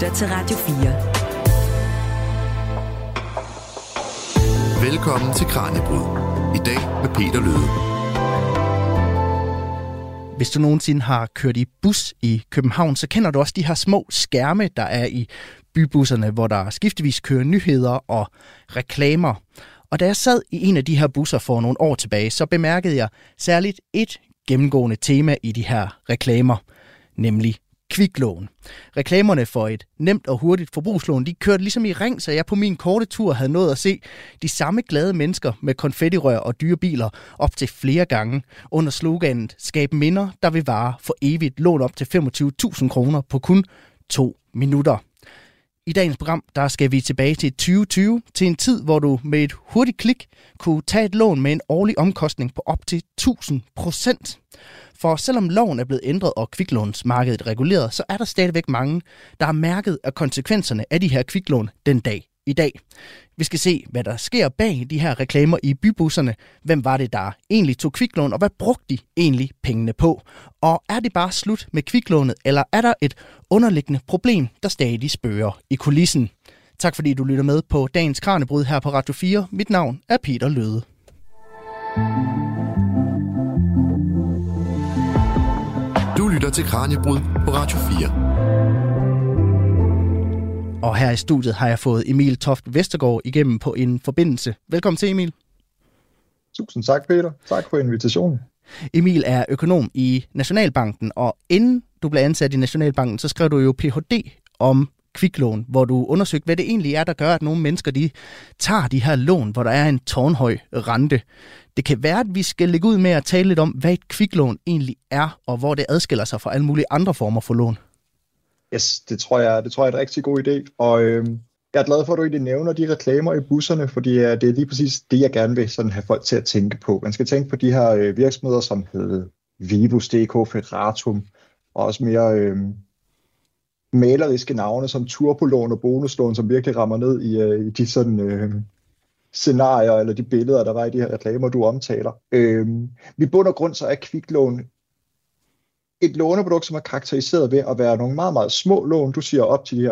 lytter til Radio 4. Velkommen til Kraniebrud. I dag med Peter Løde. Hvis du nogensinde har kørt i bus i København, så kender du også de her små skærme, der er i bybusserne, hvor der skiftevis kører nyheder og reklamer. Og da jeg sad i en af de her busser for nogle år tilbage, så bemærkede jeg særligt et gennemgående tema i de her reklamer, nemlig kviklån. Reklamerne for et nemt og hurtigt forbrugslån, de kørte ligesom i ring, så jeg på min korte tur havde nået at se de samme glade mennesker med konfettirør og dyre biler op til flere gange under sloganet "Skab minder, der vil vare for evigt, lån op til 25.000 kroner på kun 2 minutter. I dagens program, der skal vi tilbage til 2020, til en tid, hvor du med et hurtigt klik kunne tage et lån med en årlig omkostning på op til 1000%. For selvom loven er blevet ændret og kviklånsmarkedet reguleret, så er der stadigvæk mange, der har mærket af konsekvenserne af de her kviklån den dag i dag. Vi skal se, hvad der sker bag de her reklamer i bybusserne. Hvem var det, der egentlig tog kviklån, og hvad brugte de egentlig pengene på? Og er det bare slut med kviklånet, eller er der et underliggende problem, der stadig spøger i kulissen? Tak fordi du lytter med på dagens Kraniebrud her på Radio 4. Mit navn er Peter Løde. Du lytter til Kraniebrud på Radio 4. Og her i studiet har jeg fået Emil Toft Vestergaard igennem på en forbindelse. Velkommen til, Emil. Tusind tak, Peter. Tak for invitationen. Emil er økonom i Nationalbanken, og inden du blev ansat i Nationalbanken, så skrev du jo Ph.D. om kviklån, hvor du undersøgte, hvad det egentlig er, der gør, at nogle mennesker de tager de her lån, hvor der er en tårnhøj rente. Det kan være, at vi skal lægge ud med at tale lidt om, hvad et kviklån egentlig er, og hvor det adskiller sig fra alle mulige andre former for lån. Yes, det tror jeg er en rigtig god idé, og jeg er glad for, at du egentlig nævner de reklamer i busserne, fordi det er lige præcis det, jeg gerne vil sådan have folk til at tænke på. Man skal tænke på de her virksomheder, som hedder Vivus, DK, Ferratum, og også mere maleriske navne som turbolån og bonuslån, som virkelig rammer ned i de sådan scenarier eller de billeder, der var i de her reklamer, du omtaler. I bund og grund så er kviklån et låneprodukt, som er karakteriseret ved at være nogle meget, meget små lån. Du siger op til de her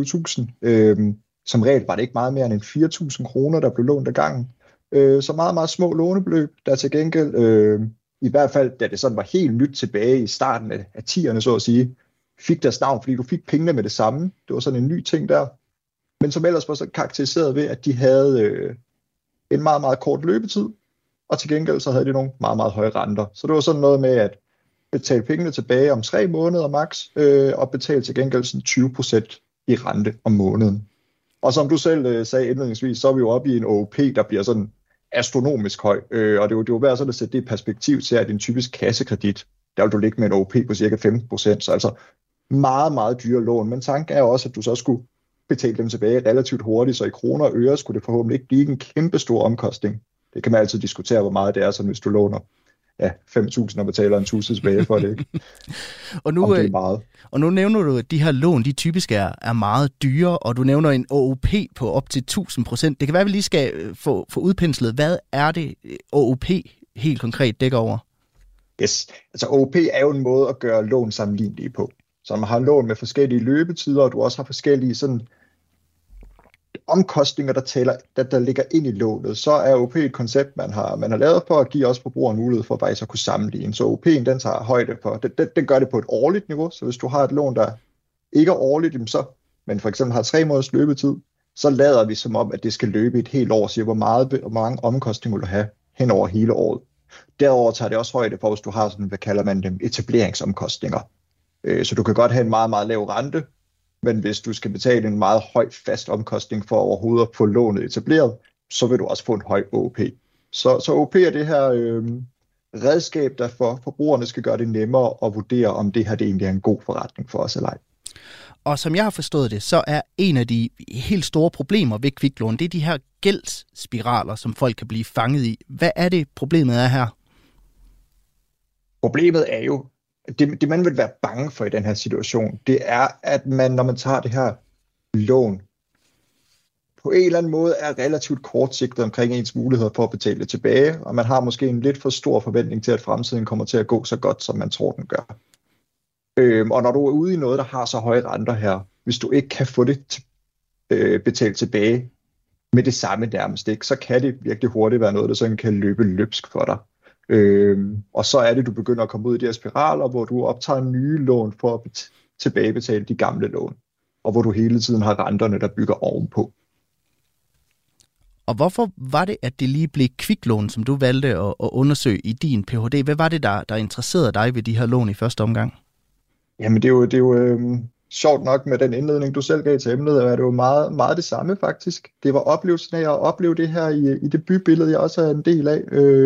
25.000. Som regel var det ikke meget mere end 4.000 kroner, der blev lånt ad gangen. Så meget, meget små lånebeløb, der til gengæld, i hvert fald da det sådan var helt nyt tilbage i starten af 10'erne, så at sige, fik deres navn, fordi du fik pengene med det samme. Det var sådan en ny ting der. Men som ellers var så karakteriseret ved, at de havde en meget, meget kort løbetid, og til gengæld så havde de nogle meget, meget høje renter. Så det var sådan noget med at betale pengene tilbage om 3 måneder max, og betale til gengæld sådan 20% i rente om måneden. Og som du selv sagde indledningsvis, så er vi jo oppe i en OOP, der bliver sådan astronomisk høj. Og det er jo værd sådan at sætte det i perspektiv til, at en typisk kassekredit, der vil du ligge med en OOP på cirka 15%, så altså meget, meget dyre lån. Men tanken er også, at du så skulle betale dem tilbage relativt hurtigt, så i kroner og øre skulle det forhåbentlig ikke blive en kæmpe stor omkostning. Det kan man altid diskutere, hvor meget det er, sådan hvis du låner 5.000 og betaler en 1.000 tilbage for det, ikke? Og nu nævner du, at de her lån, de typisk er meget dyre, og du nævner en OOP på op til 1.000%. Det kan være, at vi lige skal få udpenslet. Hvad er det, OOP helt konkret dækker over? Yes, altså OOP er jo en måde at gøre lån sammenlignelige på. Så man har lån med forskellige løbetider, og du også har forskellige sådan omkostninger, der ligger ind i lånet. Så er OP et koncept, man har lavet for at give også forbrugeren mulighed for faktisk at kunne sammenligne. Så OP'en, den tager højde for, den gør det på et årligt niveau, så hvis du har et lån, der ikke er årligt, men for eksempel har 3 måneders løbetid, så lader vi som om, at det skal løbe et helt år, siger hvor mange omkostninger vil du have hen over hele året. Derover tager det også højde for, hvis du har sådan, hvad kalder man dem, etableringsomkostninger. Så du kan godt have en meget, meget lav rente, men hvis du skal betale en meget høj fast omkostning for overhovedet at få lånet etableret, så vil du også få en høj OP. Så OP er det her redskab, der for forbrugerne skal gøre det nemmere at vurdere, om det her det egentlig er en god forretning for os eller ej. Og som jeg har forstået det, så er en af de helt store problemer ved kviklån, det er de her gældsspiraler, som folk kan blive fanget i. Hvad er det, problemet er her? Problemet er jo, det man vil være bange for i den her situation, det er, at man, når man tager det her lån, på en eller anden måde er relativt kortsigtet omkring ens muligheder for at betale det tilbage, og man har måske en lidt for stor forventning til, at fremtiden kommer til at gå så godt, som man tror, den gør. Og når du er ude i noget, der har så høje renter her, hvis du ikke kan få det betalt tilbage med det samme nærmest, ikke, så kan det virkelig hurtigt være noget, der sådan kan løbe løbsk for dig. Og så er det, du begynder at komme ud i de her spiraler, hvor du optager nye lån for at tilbagebetale de gamle lån, og hvor du hele tiden har renterne, der bygger ovenpå. Og hvorfor var det, at det lige blev kviklån, som du valgte at undersøge i din Ph.D.? Hvad var det, der interesserede dig ved de her lån i første omgang? Jamen, det er jo sjovt nok med den indledning, du selv gav til emnet, er det jo meget, meget det samme faktisk. Det var oplevelsen af at opleve det her i det bybillede, jeg også er en del af.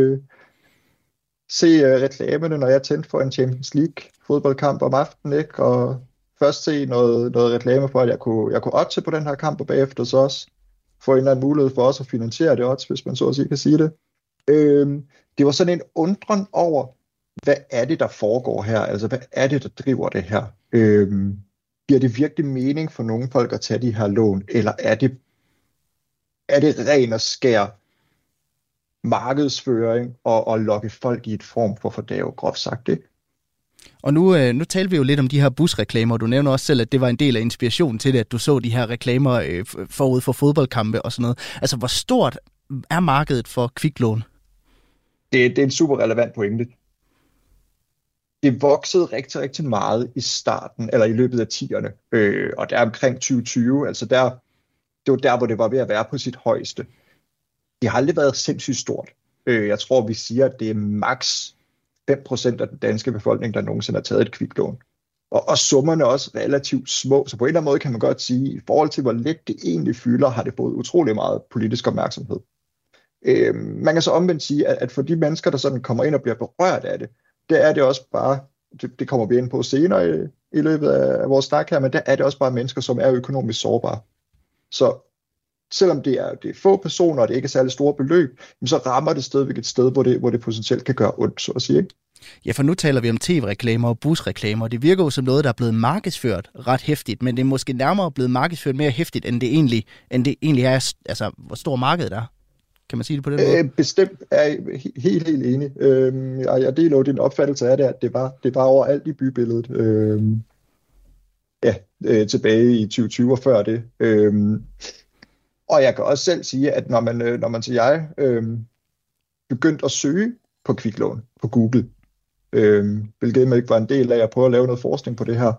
Se reklamerne, når jeg tændte for en Champions League fodboldkamp om aftenen, ikke? Og først se noget reklame for, at jeg kunne oddse på den her kamp, og bagefter så også få en eller anden mulighed for også at finansiere det odds, hvis man så at sige kan sige det. Det var sådan en undren over, hvad er det, der foregår her? Altså, hvad er det, der driver det her? Giver det virkelig mening for nogle folk at tage de her lån, eller er det ren og skær markedsføring og lokke folk i et form for fordave, groft sagt, ikke? Og nu taler vi jo lidt om de her busreklamer. Du nævner også selv, at det var en del af inspirationen til det, at du så de her reklamer forud for fodboldkampe og sådan noget. Altså, hvor stort er markedet for kviklån? Det er en super relevant pointe. Det voksede rigtig, rigtig meget i starten, eller i løbet af 10'erne, og der omkring 2020, altså det var der, hvor det var ved at være på sit højeste. Det har aldrig været sindssygt stort. Jeg tror, vi siger, at det er maks 5% af den danske befolkning, der nogensinde har taget et kviklån. Og summerne er også relativt små, så på en eller anden måde kan man godt sige, i forhold til hvor lidt det egentlig fylder, har det fået utrolig meget politisk opmærksomhed. Man kan så omvendt sige, at for de mennesker, der sådan kommer ind og bliver berørt af det, der er det også bare, det kommer vi ind på senere i løbet af vores snak her, men der er det også bare mennesker, som er økonomisk sårbare. Så selvom det er få personer, og det ikke er særlig store beløb, så rammer det stadigvæk et sted, hvor det potentielt kan gøre ondt, så at sige, ikke? Ja, for nu taler vi om tv-reklamer og busreklamer. Det virker jo som noget, der er blevet markedsført ret hæftigt, men det er måske nærmere blevet markedsført mere hæftigt, end det egentlig er. Altså, hvor stor markedet er. Kan man sige det på den måde? Bestemt er jeg helt enig. Jeg deler jo din opfattelse af det, at det var overalt i bybilledet. Tilbage i 2020 og før det. Og jeg kan også selv sige, at når man til jeg begyndte at søge på kviklån på Google, hvilket ikke var en del af at prøve at lave noget forskning på det her,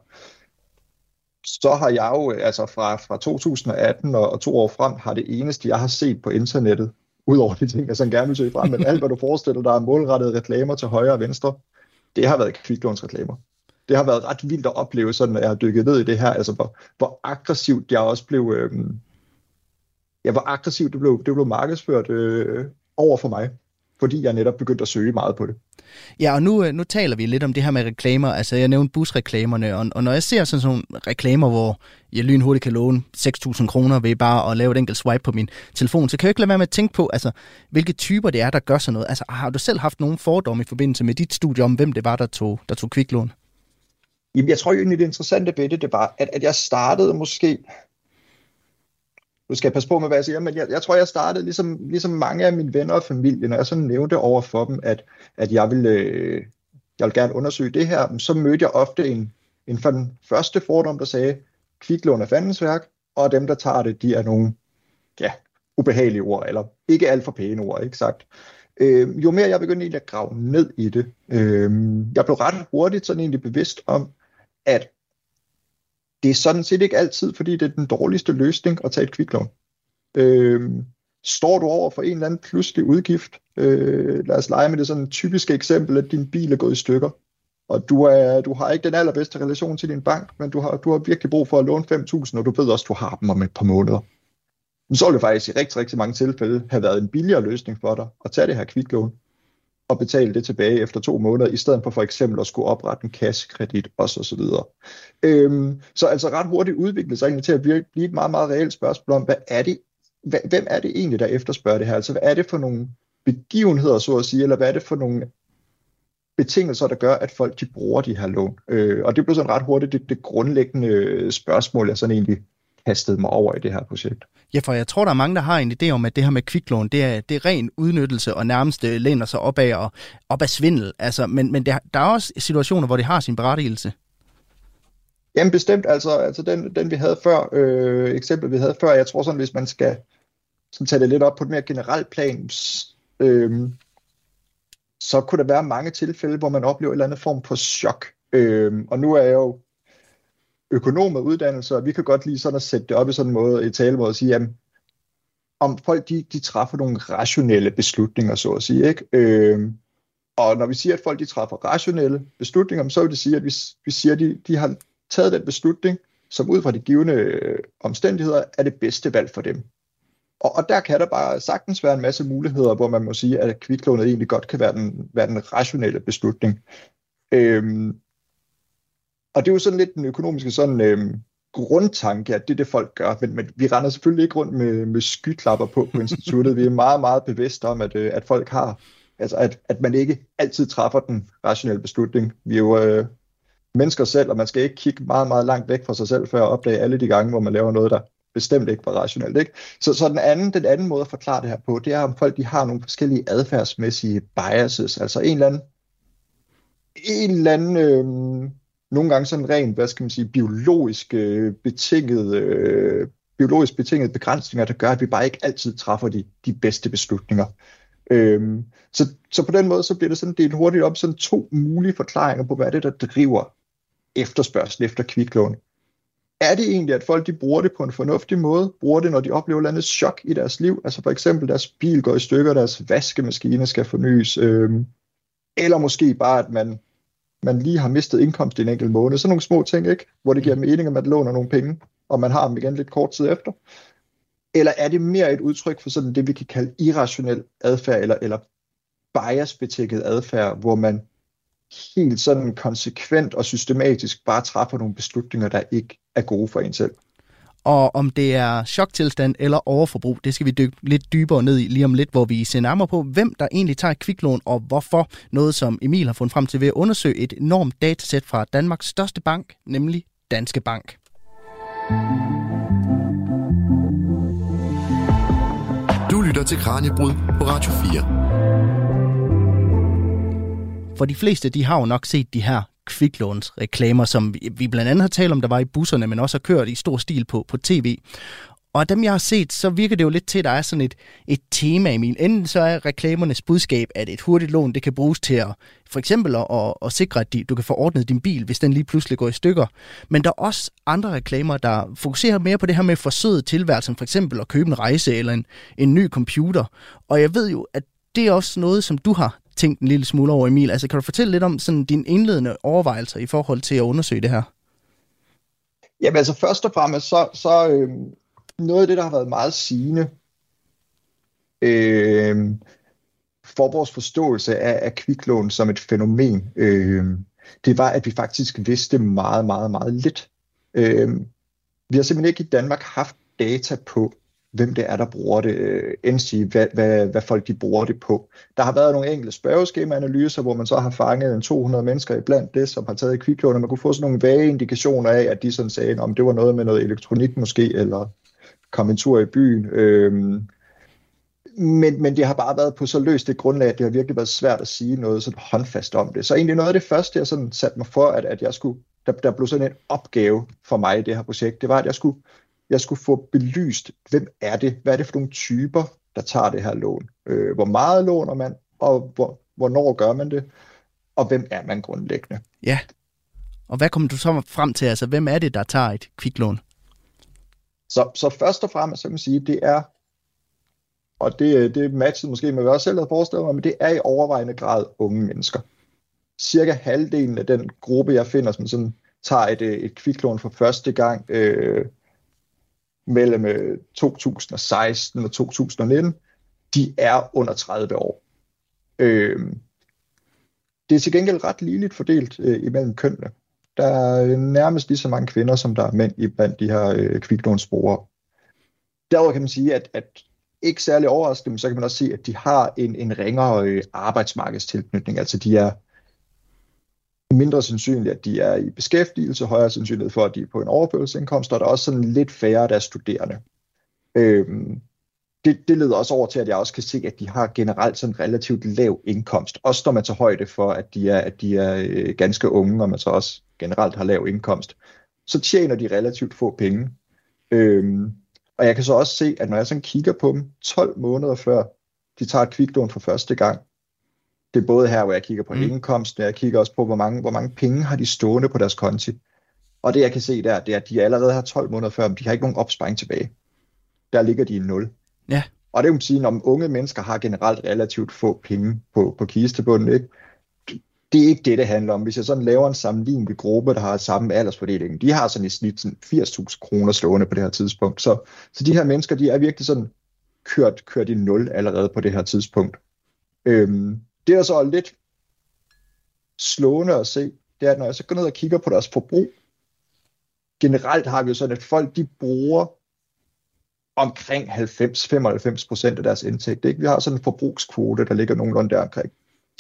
så har jeg jo altså fra 2018 og 2 år frem, har det eneste, jeg har set på internettet, udover de ting, jeg sådan gerne vil søge frem, men alt, hvad du forestiller dig, er målrettede reklamer til højre og venstre, det har været kviklånsreklamer. Det har været ret vildt at opleve, sådan at jeg har dykket ned i det her, altså hvor aggressivt jeg også blev, hvor aggressivt det blev markedsført over for mig, fordi jeg netop begyndte at søge meget på det. Ja, og nu taler vi lidt om det her med reklamer. Altså, jeg nævnte busreklamerne, og når jeg ser sådan nogle reklamer, hvor jeg lynhurtigt kan låne 6.000 kroner ved bare at lave et enkelt swipe på min telefon, så kan jeg ikke lade være med at tænke på, altså, hvilke typer det er, der gør sådan noget. Altså, har du selv haft nogle fordomme i forbindelse med dit studie om, hvem det var, der tog kviklån? Jamen, jeg tror jo egentlig, det interessante ved det var, at jeg startede måske... Nu skal jeg passe på med, hvad jeg siger, men jeg tror, jeg startede ligesom mange af mine venner og familie, når jeg sådan nævnte over for dem, at jeg vil gerne undersøge det her, så mødte jeg ofte en for den første fordom, der sagde, kviklån er fandens værk, og dem, der tager det, de er nogle ubehagelige ord, eller ikke alt for pæne ord, ikke sagt. Jo mere jeg begyndte egentlig at grave ned i det, jeg blev ret hurtigt sådan egentlig bevidst om, at det er sådan set ikke altid, fordi det er den dårligste løsning at tage et kviklån. Står du over for en eller anden pludselig udgift, lad os lege med det sådan typiske eksempel, at din bil er gået i stykker, og du har ikke den allerbedste relation til din bank, men du har virkelig brug for at låne 5.000, og du ved også, at du har dem om et par måneder. Så vil det faktisk i rigtig, rigtig mange tilfælde have været en billigere løsning for dig at tage det her kviklån og betale det tilbage efter 2 måneder, i stedet for eksempel at skulle oprette en kassekredit osv. Så altså ret hurtigt udviklet sig egentlig til at blive et meget, meget reelt spørgsmål om, hvem er det egentlig, der efterspørger det her? Altså hvad er det for nogle begivenheder, så at sige, eller hvad er det for nogle betingelser, der gør, at folk de bruger de her lån? Og det blev sådan ret hurtigt det grundlæggende spørgsmål, jeg sådan egentlig kastede mig over i det her projekt. Ja, for jeg tror, der er mange, der har en idé om, at det her med kviklån, det er ren udnyttelse og nærmest læner sig op af svindel. Altså, men der er også situationer, hvor det har sin berettigelse. Jamen bestemt, altså den vi havde før, eksempel vi havde før, jeg tror sådan, hvis man skal sådan tage det lidt op på et mere generelt plan, så kunne der være mange tilfælde, hvor man oplever en eller anden form for chok. Og nu er jeg jo økonom med uddannelse, og vi kan godt lide sådan at sætte det op i sådan en måde, i talemåde, at sige, jamen, om folk de træffer nogle rationelle beslutninger, så at sige, ikke? Og når vi siger, at folk de træffer rationelle beslutninger, så vil det sige, at vi siger, at de har taget den beslutning, som ud fra de givne omstændigheder er det bedste valg for dem. Og der kan der bare sagtens være en masse muligheder, hvor man må sige, at kviklånet egentlig godt kan være den rationelle beslutning. Og det er jo sådan lidt den økonomiske sådan, grundtanke, at det er det, folk gør. Men vi render selvfølgelig ikke rundt med skyklapper på instituttet. Vi er meget, meget bevidste om, at folk har, altså at man ikke altid træffer den rationelle beslutning. Vi er jo mennesker selv, og man skal ikke kigge meget, meget langt væk fra sig selv, for at opdage alle de gange, hvor man laver noget, der bestemt ikke var rationelt. Ikke? Så den anden måde at forklare det her på, det er, om folk de har nogle forskellige adfærdsmæssige biases, altså en eller anden nogle gange sådan rent, hvad skal man sige, biologisk betingede begrænsninger, der gør, at vi bare ikke altid træffer de bedste beslutninger. Så på den måde, så bliver det sådan delt hurtigt op sådan 2 mulige forklaringer på, hvad det der driver efterspørgsel efter kviklån. Er det egentlig, at folk de bruger det på en fornuftig måde? Bruger det, når de oplever et eller andet chok i deres liv? Altså for eksempel, deres bil går i stykker, deres vaskemaskine skal fornyes. Eller måske bare, at man lige har mistet indkomst i en enkelt måned. Sådan nogle små ting, ikke? Hvor det giver mening, at man låner nogle penge, og man har dem igen lidt kort tid efter. Eller er det mere et udtryk for sådan det, vi kan kalde irrationel adfærd, eller bias-betinget adfærd, hvor man helt sådan konsekvent og systematisk bare træffer nogle beslutninger, der ikke er gode for en selv. Og om det er choktilstand eller overforbrug, det skal vi dykke lidt dybere ned i lige om lidt, hvor vi ser nærmere på, hvem der egentlig tager et kviklån, og hvorfor. Noget, som Emil har fundet frem til ved at undersøge et enormt datasæt fra Danmarks største bank, nemlig Danske Bank. Du lytter til Kraniebrud på Radio 4. For de fleste, de har jo nok set de her kviklånsreklamer, som vi blandt andet har talt om, der var i busserne, men også har kørt i stor stil på tv. Og af dem, jeg har set, så virker det jo lidt til, at der er sådan et tema, Emil. Enten så er reklamernes budskab, at et hurtigt lån, det kan bruges til for eksempel at sikre, at du kan få ordnet din bil, hvis den lige pludselig går i stykker. Men der er også andre reklamer, der fokuserer mere på det her med forsøget tilværelsen, for eksempel at købe en rejse eller en ny computer. Og jeg ved jo, at det er også noget, som du har tænkt en lille smule over, Emil. Altså, kan du fortælle lidt om sådan dine indledende overvejelser i forhold til at undersøge det her? Jamen altså, først og fremmest, så noget af det, der har været meget sigende for vores forståelse af kviklån som et fænomen, det var, at vi faktisk vidste meget, meget, meget lidt. Vi har simpelthen ikke i Danmark haft data på, hvem det er, der bruger det, end sige, hvad folk de bruger det på. Der har været nogle enkelte spørgeskemaanalyser, hvor man så har fanget 200 mennesker iblandt det, som har taget et kviklån, og man kunne få sådan nogle vage indikationer af, at de sådan sagde, om det var noget med noget elektronik måske, eller kom en tur i byen. Men det har bare været på så løst et grundlag, at det har virkelig været svært at sige noget sådan håndfast om det. Så egentlig noget af det første, jeg sådan satte mig for, at jeg skulle, der blev sådan en opgave for mig i det her projekt, det var, at jeg skulle få belyst, hvem er det? Hvad er det for nogle typer, der tager det her lån? Hvor meget låner man, og hvornår gør man det? Og hvem er man grundlæggende? Ja, og hvad kommer du så frem til? Altså, hvem er det, der tager et kviklån? Så først og fremmest, så kan man sige, det er, og det matcher måske med, hvad jeg selv havde forestillet mig, men det er i overvejende grad unge mennesker. Cirka halvdelen af den gruppe, jeg finder, som sådan tager et kviklån for første gang, mellem 2016 og 2019, de er under 30 år. Det er til gengæld ret ligeligt fordelt imellem kønnene. Der er nærmest lige så mange kvinder, som der er mænd iblandt de her kviklånsbrugere. Derudover kan man sige, at ikke særlig overraskende, men så kan man også sige, at de har en ringere arbejdsmarkedstilknytning. Altså de er mindre sandsynligt, at de er i beskæftigelse, højere sandsynlighed for, at de er på en overførselsindkomst, og der er også sådan lidt færre, der er studerende. Det leder også over til, at jeg også kan se, at de har generelt sådan relativt lav indkomst. Også når man tager højde for, at de er ganske unge, og man så også generelt har lav indkomst. så tjener de relativt få penge. Og jeg kan så også se, at når jeg sådan kigger på dem 12 måneder før de tager et kviklån for første gang, det er både her, hvor jeg kigger på indkomsten, og jeg kigger også på, hvor mange penge har de stående på deres konti. Og det jeg kan se der, det er, at de allerede har 12 måneder før, men de har ikke nogen opsparing tilbage. Der ligger de i 0. Ja. Og det vil sige, når unge mennesker har generelt relativt få penge på kistebunden, ikke? Det er ikke det handler om. Hvis jeg sådan laver en sammenlignelig gruppe, der har samme aldersfordeling, de har sådan i snit 80.000 kroner stående på det her tidspunkt. Så de her mennesker, de er virkelig sådan kørt i 0 allerede på det her tidspunkt. Det er så lidt slående at se, det er, at når jeg så går ned og kigger på deres forbrug, generelt har vi jo sådan, at folk de bruger omkring 90-95% af deres indtægt. Ikke? Vi har sådan en forbrugskvote, der ligger nogenlunde der omkring.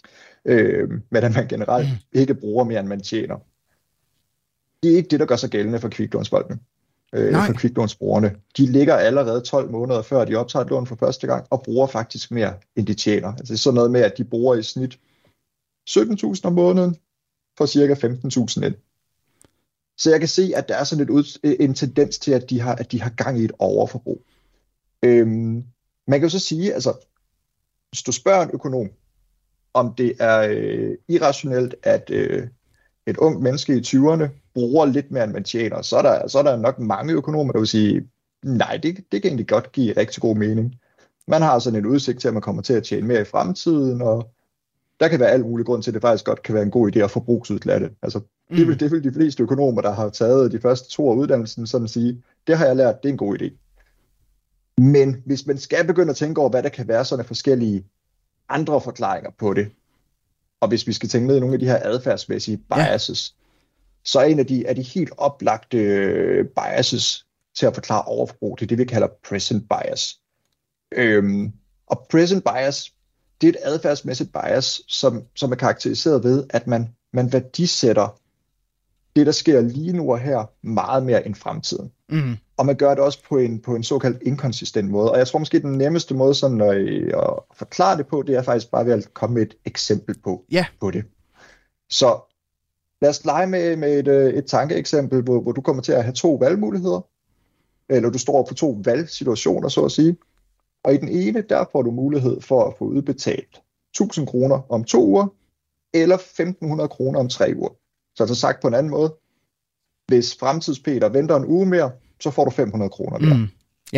Men at man generelt ikke bruger mere, end man tjener. Det er ikke det, der gør sig gældende for kviklånsfolkene. For kviklånsbrugerne. De ligger allerede 12 måneder før de optager et lån for første gang, og bruger faktisk mere, end de tjener. Altså det er sådan noget med, at de bruger i snit 17.000 om måneden, for cirka 15.000 ind. Så jeg kan se, at der er sådan en tendens til, at de har gang i et overforbrug. Man kan jo så sige, altså, hvis du spørger en økonom, om det er irrationelt, at et ungt menneske i 20'erne bruger lidt mere, end man tjener, så er der nok mange økonomer, der vil sige, nej, det kan egentlig godt give rigtig god mening. Man har sådan en udsigt til, at man kommer til at tjene mere i fremtiden, og der kan være alt mulig grund til, at det faktisk godt kan være en god idé at forbrugsudlade. Altså, det vil de fleste økonomer, der har taget de første 2 år uddannelsen, sådan sige, det har jeg lært, det er en god idé. Men hvis man skal begynde at tænke over, hvad der kan være sådan forskellige andre forklaringer på det, og hvis vi skal tænke ned i nogle af de her adfærdsmæssige biases, så er en af de helt oplagte biases til at forklare overforbrug, det er det, vi kalder present bias. Og present bias, det er et adfærdsmæssigt bias, som er karakteriseret ved, at man værdisætter det, der sker lige nu og her, meget mere end fremtiden. Og man gør det også på en såkaldt inkonsistent måde. Og jeg tror måske, den nemmeste måde sådan at forklare det på, det er faktisk bare ved at komme med et eksempel på det. Så lad os lege med et tankeeksempel, hvor du kommer til at have 2 valgmuligheder, eller du står på 2 valgsituationer, så at sige. Og i den ene, der får du mulighed for at få udbetalt 1.000 kroner om 2 uger, eller 1.500 kroner om 3 uger. Så altså sagt på en anden måde, hvis fremtidspeter venter en uge mere, så får du 500 kroner mere.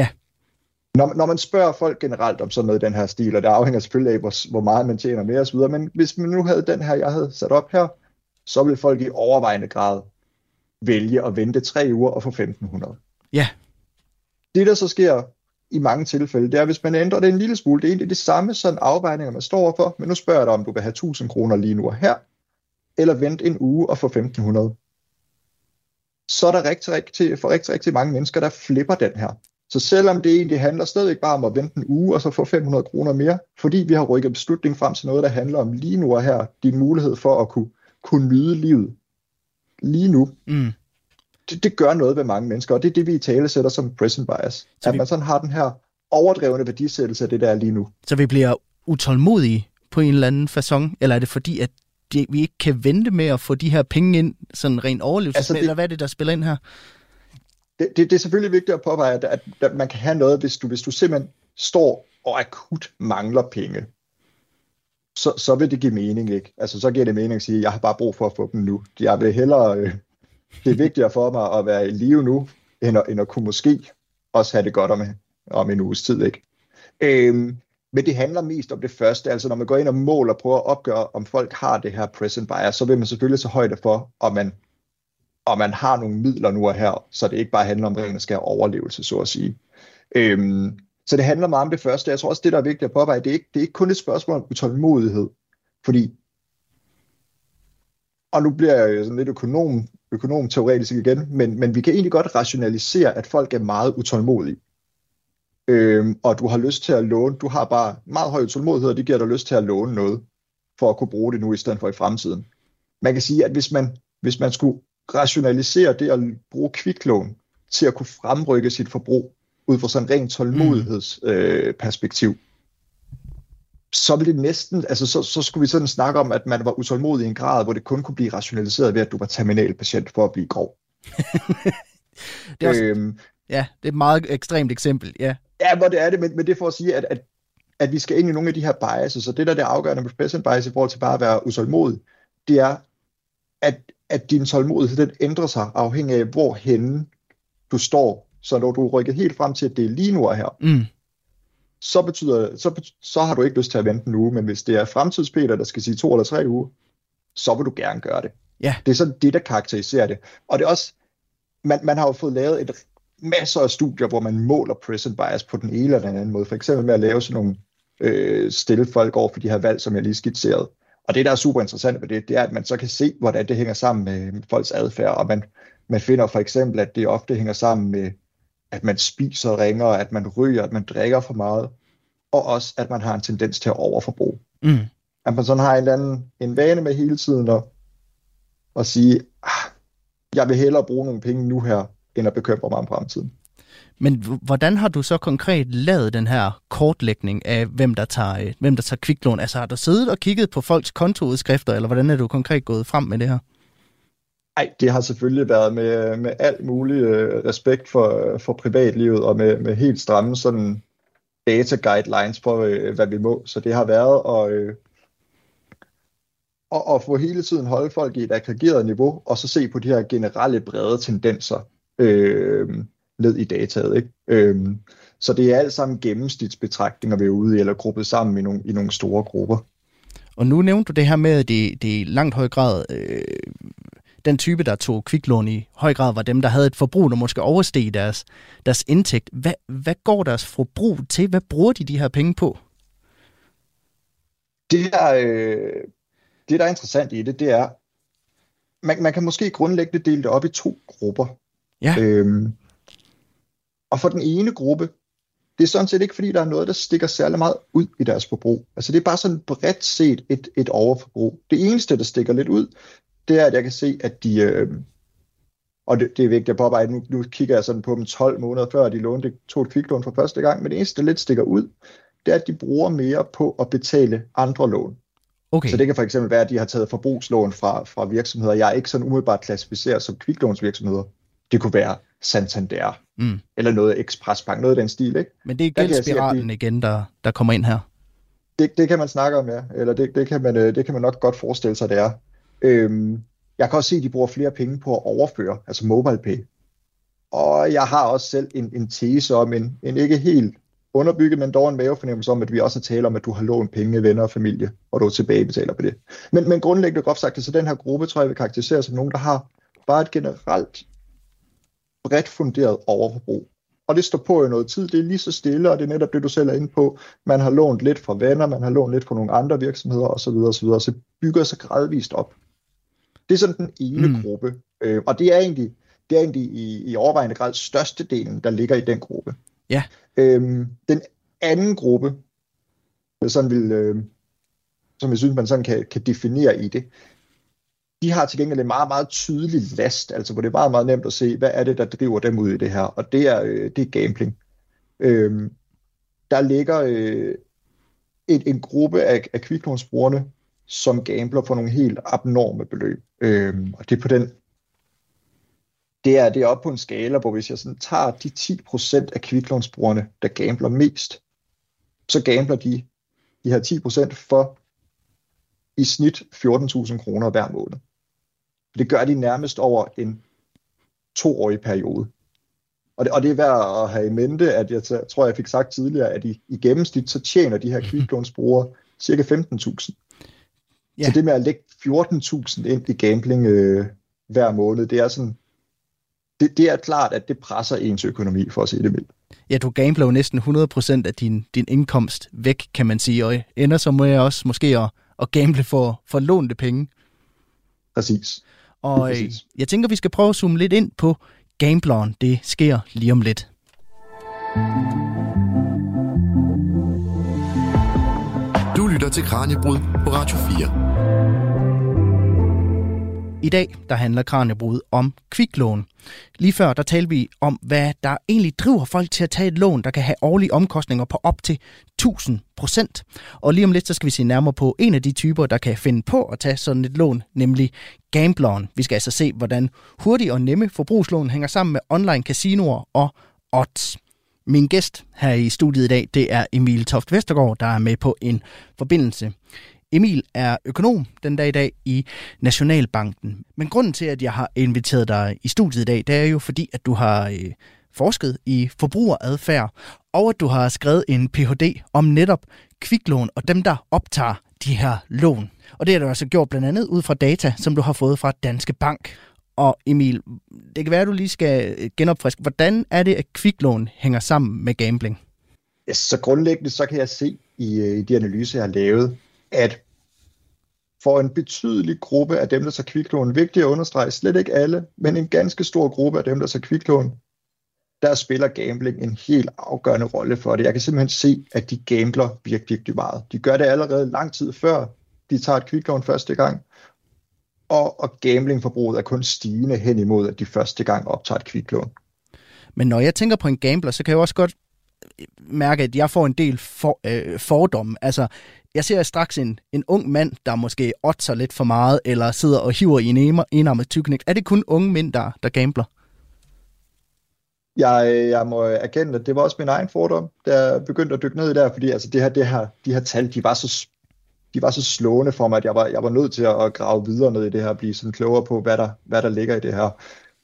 Når man spørger folk generelt om sådan noget i den her stil, og det afhænger selvfølgelig af, hvor meget man tjener mere osv., men hvis man nu havde den her, jeg havde sat op her, så ville folk i overvejende grad vælge at vente 3 uger og få 1.500. Ja. Det, der så sker i mange tilfælde, det er, hvis man ændrer det en lille smule, det er egentlig det samme sådan afvejninger, man står for, men nu spørger jeg dig, om du vil have 1.000 kroner lige nu og her, eller vente en uge og få 1.500. Så er der rigtig mange mennesker, der flipper den her. Så selvom det egentlig handler stadig bare om at vente en uge og så få 500 kroner mere, fordi vi har rykket beslutningen frem til noget, der handler om lige nu og her, din mulighed for at kunne nyde livet lige nu, det gør noget ved mange mennesker, og det er det, vi i tale sætter som present bias. At man sådan har den her overdrevne værdisættelse af det, der er lige nu. Så vi bliver utålmodige på en eller anden facon, eller er det fordi, at vi ikke kan vente med at få de her penge ind, sådan rent overlevelsesmæssigt, eller hvad er det, der spiller ind her? Det er selvfølgelig vigtigt at påpege, at man kan have noget, hvis du simpelthen står og akut mangler penge. Så vil det give mening, ikke? Altså, så giver det mening at sige, at jeg har bare brug for at få dem nu. Jeg vil hellere, det er vigtigere for mig at være i live nu, end at kunne måske også have det godt om en uges tid, ikke? Men det handler mest om det første, altså når man går ind og måler på at opgøre, om folk har det her present bias, så vil man selvfølgelig tage højde for, om man har nogle midler nu og her, så det ikke bare handler om ren og skær overlevelse, så at sige. Så det handler meget om det første. Jeg tror også, det der er vigtigt at påpege, det er ikke kun et spørgsmål om utålmodighed, fordi, og nu bliver jeg jo sådan lidt økonom-teoretisk igen, men vi kan egentlig godt rationalisere, at folk er meget utålmodige. Og du har lyst til at låne, du har bare meget høj utålmodighed, og det giver dig lyst til at låne noget, for at kunne bruge det nu i stedet for i fremtiden. Man kan sige, at hvis man skulle rationalisere det at bruge kviklån til at kunne fremrykke sit forbrug, ud fra sådan en ren tålmodighedsperspektiv, så ville det næsten, altså så skulle vi sådan snakke om, at man var utålmodig i en grad, hvor det kun kunne blive rationaliseret ved, at du var terminalpatient for at blive grov. Det er også, ja, det er et meget ekstremt eksempel, ja. Ja, hvor det er det, men det er for at sige, at vi skal ind i nogle af de her biases, og det der er afgørende med present bias i forhold til bare at være utålmodig, det er, at din tålmodighed den ændrer sig afhængig af, hvorhenne du står. Så når du er rykket helt frem til, at det er lige nu og her, så har du ikke lyst til at vente en uge, men hvis det er fremtidspeter, der skal sige 2 eller 3 uger, så vil du gerne gøre det. Ja. Det er sådan det, der karakteriserer det. Og det er også, man har jo fået lavet masser af studier, hvor man måler present bias på den ene eller den anden måde. For eksempel med at lave sådan nogle stille folk over for de her valg, som jeg lige skitserede. Og det, der er super interessant ved det er, at man så kan se, hvordan det hænger sammen med folks adfærd. Og man finder for eksempel, at det ofte hænger sammen med, at man spiser ringere, at man ryger, at man drikker for meget. Og også, at man har en tendens til at overforbruge. At man sådan har en vane med hele tiden at sige, jeg vil hellere bruge nogle penge nu her, end at bekymre mig om fremtiden. Men hvordan har du så konkret lavet den her kortlægning af, hvem der tager kviklån? Altså har du siddet og kigget på folks kontoudskrifter, eller hvordan er du konkret gået frem med det her? Nej, det har selvfølgelig været med alt mulig respekt for privatlivet, og med helt stramme sådan data guidelines på, hvad vi må. Så det har været at få hele tiden holde folk i et aggregeret niveau, og så se på de her generelle brede tendenser ned i dataet, ikke? Så det er alt sammen gennemsnitsbetragtninger, vi er ude i, eller gruppet sammen i nogle store grupper. Og nu nævnte du det her med, at det i langt høj grad, den type, der tog kviklån i høj grad, var dem, der havde et forbrug, der måske oversteg deres indtægt. Hvad går deres forbrug til? Hvad bruger de her penge på? Det, der er interessant i det er, man kan måske grundlæggende dele det op i 2 grupper. Ja. Og for den ene gruppe, det er sådan set ikke, fordi der er noget, der stikker særlig meget ud i deres forbrug. Altså det er bare sådan bredt set et overforbrug. Det eneste, der stikker lidt ud, det er, at jeg kan se, at de, og det er vigtigt at påpege, nu kigger jeg sådan på dem 12 måneder før, de tog et kviklån for første gang, men det eneste, der lidt stikker ud, det er, at de bruger mere på at betale andre lån. Okay. Så det kan for eksempel være, at de har taget forbrugslån fra virksomheder, jeg ikke sådan umiddelbart klassificerer som kviklånsvirksomheder. Det kunne være Santander, eller noget Expressbank, noget af den stil, ikke? Men det er gældsspiralen igen, der kommer ind her. Det kan man snakke om, ja. Eller det kan man nok godt forestille sig, det er. Jeg kan også se, at de bruger flere penge på at overføre, altså MobilePay. Og jeg har også selv en tese om en ikke helt underbygget, men dog en mavefornemmelse om, at vi også har talt om, at du har lånt penge, venner og familie, og du tilbagebetaler på det. Men grundlæggende groft sagt, så den her gruppe, tror jeg, vil karakterisere som nogen, der har bare et generelt bredt funderet overforbrug. Og det står på i noget tid, det er lige så stille, og det er netop det, du selv er inde på. Man har lånt lidt fra venner, man har lånt lidt fra nogle andre virksomheder osv., så bygger sig gradvist op. Det er sådan den ene gruppe, og det er egentlig i overvejende grad størstedelen, der ligger i den gruppe. Ja. Den anden gruppe, som jeg synes, man sådan kan definere i det, de har til gengæld en meget, meget tydelig last, altså hvor det er meget, meget nemt at se, hvad er det, der driver dem ud i det her, og det er gambling. Der ligger en gruppe af kviklånsbrugerne, som gambler for nogle helt abnorme beløb. Og det er på den, det er oppe på en skala, hvor hvis jeg sådan tager de 10% af kviklånsbrugerne, der gambler mest, så gambler de her 10% for i snit 14.000 kroner hver måned. Det gør de nærmest over en 2-årig periode. Og det er værd at have i mente, at jeg tror, jeg fik sagt tidligere, at i gennemsnit, så tjener de her kviklånsbrugere cirka 15.000. Ja. Så det med at lægge 14.000 ind i gambling hver måned, det er sådan, det er klart, at det presser ens økonomi, for at sige det mildt. Ja, du gambler jo næsten 100% af din indkomst væk, kan man sige, og ender så må jeg også måske at gamble for lånte penge. Præcis. Og jeg tænker, vi skal prøve at zoome lidt ind på gambleren. Det sker lige om lidt. Du lytter til Kraniebrud på Radio 4. I dag der handler Kraniebrud om kviklån. Lige før der talte vi om, hvad der egentlig driver folk til at tage et lån, der kan have årlige omkostninger på op til 1000%. Og lige om lidt så skal vi se nærmere på en af de typer, der kan finde på at tage sådan et lån, nemlig gambleren. Vi skal altså se, hvordan hurtige og nemme forbrugslån hænger sammen med online casinoer og odds. Min gæst her i studiet i dag, det er Emil Toft Vestergaard, der er med på en forbindelse. Emil er økonom den dag i dag i Nationalbanken. Men grunden til, at jeg har inviteret dig i studiet i dag, det er jo fordi, at du har forsket i forbrugeradfærd, og at du har skrevet en Ph.D. om netop kviklån og dem, der optager de her lån. Og det har du altså gjort blandt andet ud fra data, som du har fået fra Danske Bank. Og Emil, det kan være, at du lige skal genopfriske. Hvordan er det, at kviklån hænger sammen med gambling? Ja, så grundlæggende så kan jeg se i de analyser, jeg har lavet, at for en betydelig gruppe af dem, der tager kviklån, vigtigt at understrege, slet ikke alle, men en ganske stor gruppe af dem, der tager kviklån, der spiller gambling en helt afgørende rolle for det. Jeg kan simpelthen se, at de gambler virkelig meget. De gør det allerede lang tid før, de tager et kviklån første gang, og gamblingforbruget er kun stigende hen imod, at de første gang optager et kviklån. Men når jeg tænker på en gambler, så kan jeg også godt mærke, at jeg får en del fordomme. Altså, jeg ser straks en ung mand, der måske oddser lidt for meget, eller sidder og hiver i en enarmet tyknægt. Er det kun unge mænd, der gambler? Jeg må erkende, at det var også min egen fordom, der begyndte at dykke ned i der, fordi altså de her tal, de var så slående for mig, at jeg var nødt til at grave videre ned i det her, og blive sådan klogere på, hvad der ligger i det her.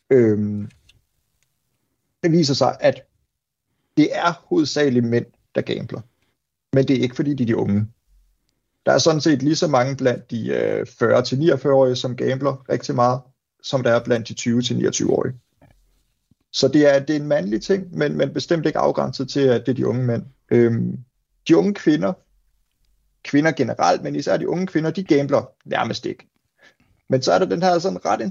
Det viser sig, at det er hovedsageligt mænd, der gambler. Men det er ikke, fordi de er de unge. Der er sådan set lige så mange blandt de 40-49-årige, som gambler rigtig meget, som der er blandt de 20-29-årige. Så det er en mandlig ting, men bestemt ikke afgrænset til, at det er de unge mænd. De unge kvinder generelt, men især de unge kvinder, de gambler nærmest ikke. Men så er der den her sådan ret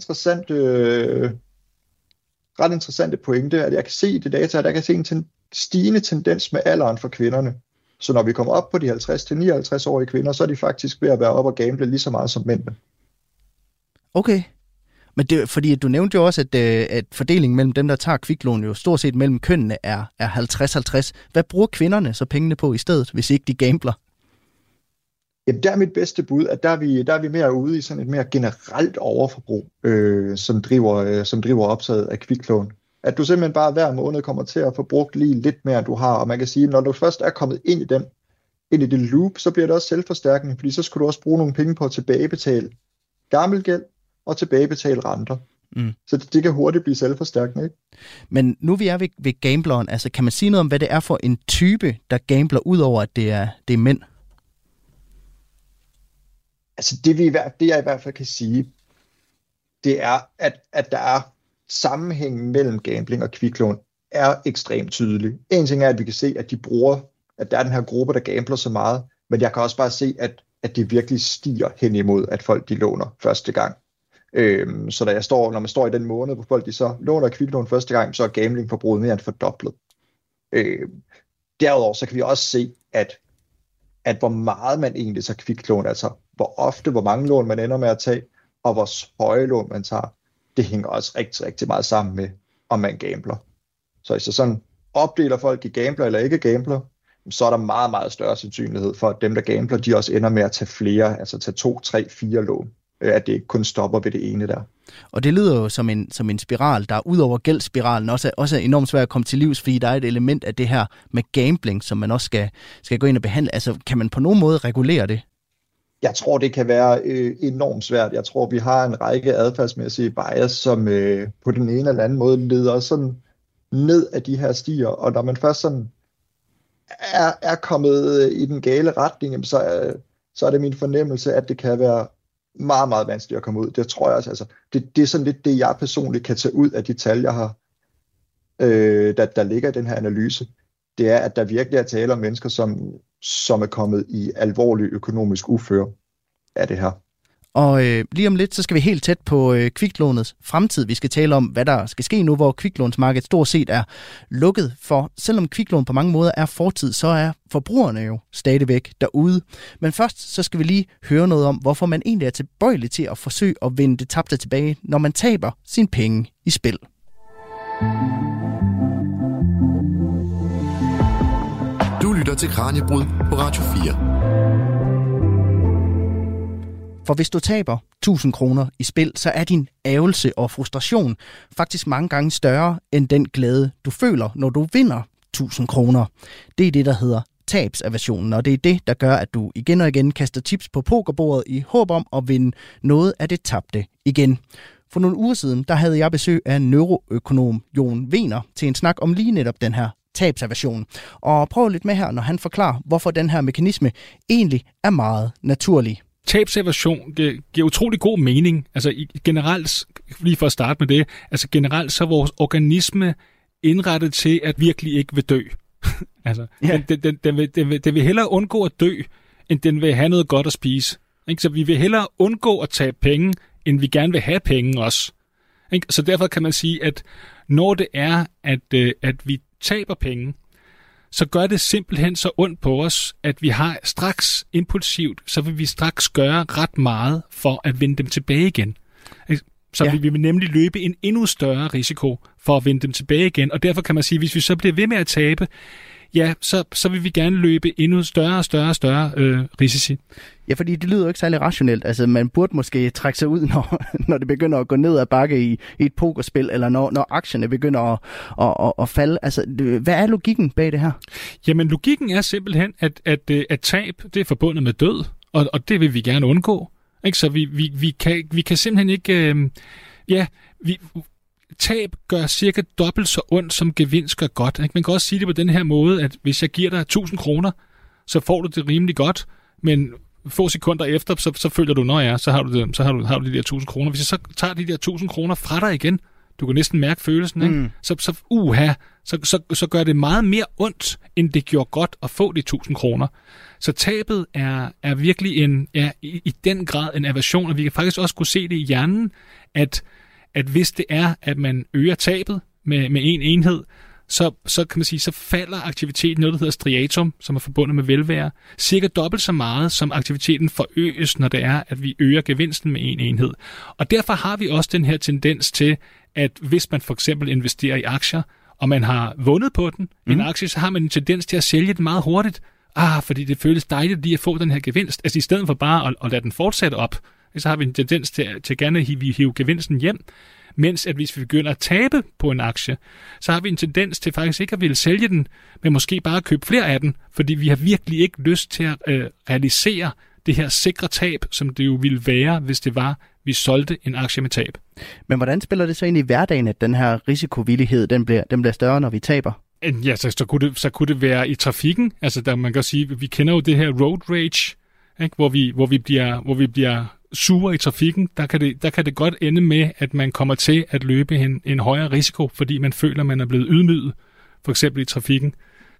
interessante pointe, at jeg kan se i det data, at jeg kan se en stigende tendens med alderen for kvinderne. Så når vi kommer op på de 50-59-årige kvinder, så er de faktisk ved at være op og gamble lige så meget som mændene. Okay. Men det, fordi du nævnte jo også, at fordelingen mellem dem, der tager kviklån, jo stort set mellem kønnene er 50-50. Hvad bruger kvinderne så pengene på i stedet, hvis ikke de gambler? Jamen, der er mit bedste bud, at der er vi mere ude i sådan et mere generelt overforbrug, som driver optaget af kviklån. At du simpelthen bare hver måned kommer til at få brugt lige lidt mere, end du har. Og man kan sige, når du først er kommet ind i det loop, så bliver det også selvforstærkende, fordi så skulle du også bruge nogle penge på at tilbagebetale gammel gæld og tilbagebetale renter. Mm. Så det kan hurtigt blive selvforstærkende, ikke? Men nu vi er ved gambleren, altså kan man sige noget om, hvad det er for en type, der gambler, udover at det er mænd? Altså det jeg i hvert fald kan sige, det er, at der er sammenhængen mellem gambling og kviklån er ekstremt tydelig. En ting er, at vi kan se, at at der er den her gruppe, der gambler så meget, men jeg kan også bare se, at det virkelig stiger hen imod, at folk de låner første gang. Så når man står i den måned, hvor folk de så låner kviklån første gang, så er gamblingforbruget mere end fordoblet. Derudover så kan vi også se, at hvor meget man egentlig tager kviklån, altså hvor mange lån man ender med at tage, og hvor høje lån man tager, det hænger også rigtig, rigtig meget sammen med, om man gambler. Så hvis jeg sådan opdeler folk i gambler eller ikke gambler, så er der meget, meget større sandsynlighed for, at dem, der gambler, de også ender med at tage flere, altså tage 2, 3, 4 lån. At det ikke kun stopper ved det ene der. Og det lyder jo som en spiral, der ud over gældsspiralen også er enormt svært at komme til livs, fordi der er et element af det her med gambling, som man også skal gå ind og behandle. Altså, kan man på nogen måde regulere det? Jeg tror, det kan være enormt svært. Jeg tror, vi har en række adfærdsmæssige bias, som på den ene eller anden måde leder sådan ned af de her stier. Og når man først sådan er kommet i den gale retning, så er det min fornemmelse, at det kan være meget, meget vanskeligt at komme ud. Det tror jeg også. Altså, det er sådan lidt det, jeg personligt kan tage ud af de tal, jeg har, der ligger i den her analyse. Det er, at der virkelig er tale om mennesker, som er kommet i alvorlig økonomisk uføre af det her. Og lige om lidt, så skal vi helt tæt på kviklånets fremtid. Vi skal tale om, hvad der skal ske nu, hvor kviklånsmarkedet stort set er lukket. For selvom kviklån på mange måder er fortid, så er forbrugerne jo stadigvæk derude. Men først, så skal vi lige høre noget om, hvorfor man egentlig er tilbøjelig til at forsøge at vinde det tabte tilbage, når man taber sine penge i spil. Du lytter til Kraniebrud på Radio 4. For hvis du taber 1000 kroner i spil, så er din ærgelse og frustration faktisk mange gange større end den glæde, du føler, når du vinder 1000 kroner. Det er det, der hedder tabsaversionen, og det er det, der gør, at du igen og igen kaster chips på pokerbordet i håb om at vinde noget af det tabte igen. For nogle uger siden, der havde jeg besøg af neuroøkonom Jon Wehner til en snak om lige netop den her tabsaversion. Og prøv lidt med her, når han forklarer, hvorfor den her mekanisme egentlig er meget naturlig. Tabsaversion giver utrolig god mening. Altså generelt, lige for at starte med det, altså generelt så er vores organisme indrettet til at virkelig ikke vil dø. Altså, yeah. den vil hellere undgå at dø, end den vil have noget godt at spise. Ikke? Så vi vil hellere undgå at tabe penge, end vi gerne vil have penge også. Ikke? Så derfor kan man sige, at når det er, at vi taber penge, så gør det simpelthen så ondt på os, at vi har straks impulsivt, så vil vi straks gøre ret meget for at vinde dem tilbage igen. Så vi vil nemlig løbe en endnu større risiko for at vinde dem tilbage igen, og derfor kan man sige, at hvis vi så bliver ved med at tabe, ja, så vil vi gerne løbe endnu større risici. Ja, fordi det lyder jo ikke særlig rationelt. Altså, man burde måske trække sig ud, når det begynder at gå ned ad bakke i et pokerspil, eller når aktierne begynder at falde. Altså, hvad er logikken bag det her? Jamen, logikken er simpelthen, at tab, det er forbundet med død, og det vil vi gerne undgå. Ikke? Så vi kan simpelthen ikke... tab gør cirka dobbelt så ondt, som gevinst gør godt. Ikke? Man kan også sige det på den her måde, at hvis jeg giver dig 1000 kroner, så får du det rimelig godt, men få sekunder efter, så føler du, så har du de der 1000 kroner. Hvis jeg så tager de der 1000 kroner fra dig igen, du kan næsten mærke følelsen, ikke? Så gør det meget mere ondt, end det gjorde godt at få de 1000 kroner. Så tabet er virkelig i den grad en aversion, og vi kan faktisk også kunne se det i hjernen, at hvis det er, at man øger tabet med en enhed, så kan man sige, så falder aktiviteten, noget der hedder striatum, som er forbundet med velvære, cirka dobbelt så meget, som aktiviteten forøges, når det er, at vi øger gevinsten med en enhed. Og derfor har vi også den her tendens til, at hvis man for eksempel investerer i aktier, og man har vundet på en aktie, så har man en tendens til at sælge den meget hurtigt. Fordi det føles dejligt lige at få den her gevinst. Altså i stedet for bare at lade den fortsætte op, så har vi en tendens til gerne at hive gevinsten hjem. Mens at hvis vi begynder at tabe på en aktie, så har vi en tendens til faktisk ikke at ville sælge den, men måske bare købe flere af den, fordi vi har virkelig ikke lyst til at realisere det her sikre tab, som det jo ville være, hvis det var, vi solgte en aktie med tab. Men hvordan spiller det så ind i hverdagen, at den her risikovillighed, den bliver større, når vi taber? Ja, så kunne det være i trafikken. Altså der man kan sige, vi kender jo det her road rage, ikke? Hvor vi bliver sure i trafikken. Der kan det godt ende med, at man kommer til at løbe en højere risiko, fordi man føler, at man er blevet ydmyget, for eksempel i trafikken.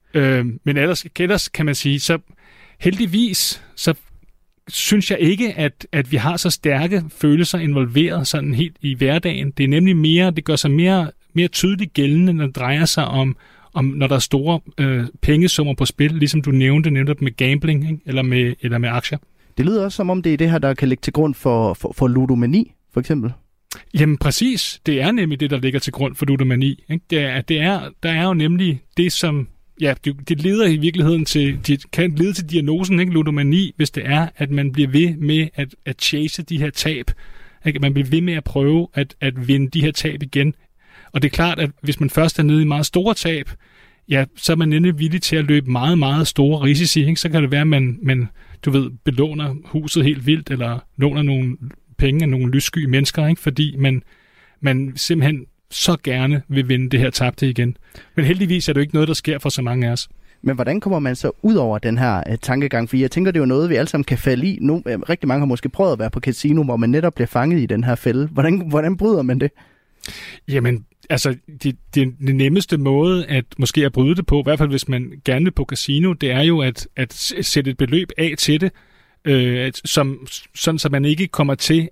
Men ellers kan man sige, så heldigvis, så synes jeg ikke, at vi har så stærke følelser involveret sådan helt i hverdagen. Det er nemlig mere, det gør sig mere tydeligt gældende, når det drejer sig om når der er store pengesummer på spil, ligesom du nævnte med gambling, ikke? Eller med aktier. Det lyder også som om det er det her, der kan ligge til grund for ludomani, for eksempel. Jamen præcis, det er nemlig det, der ligger til grund for ludomani. Ikke? Der er jo nemlig det, som det leder i virkeligheden kan lede til diagnosen, ikke? Ludomani, hvis det er, at man bliver ved med at chase de her tab. Ikke? Man bliver ved med at prøve at vinde de her tab igen. Og det er klart, at hvis man først er nede i meget store tab, så er man nemlig villig til at løbe meget, meget store risici. Ikke? Så kan det være, at man belåner huset helt vildt, eller låner nogle penge af nogle lyssky mennesker, ikke? Fordi man simpelthen så gerne vil vinde det her tabte igen. Men heldigvis er det jo ikke noget, der sker for så mange af os. Men hvordan kommer man så ud over den her tankegang? For jeg tænker, det er jo noget, vi alle sammen kan falde i. Rigtig mange har måske prøvet at være på casino, hvor man netop bliver fanget i den her fælde. Hvordan bryder man det? Jamen, altså, det nemmeste måde at måske at bryde det på, i hvert fald hvis man gerne vil på casino, det er jo at sætte et beløb af til det, sådan så man ikke kommer til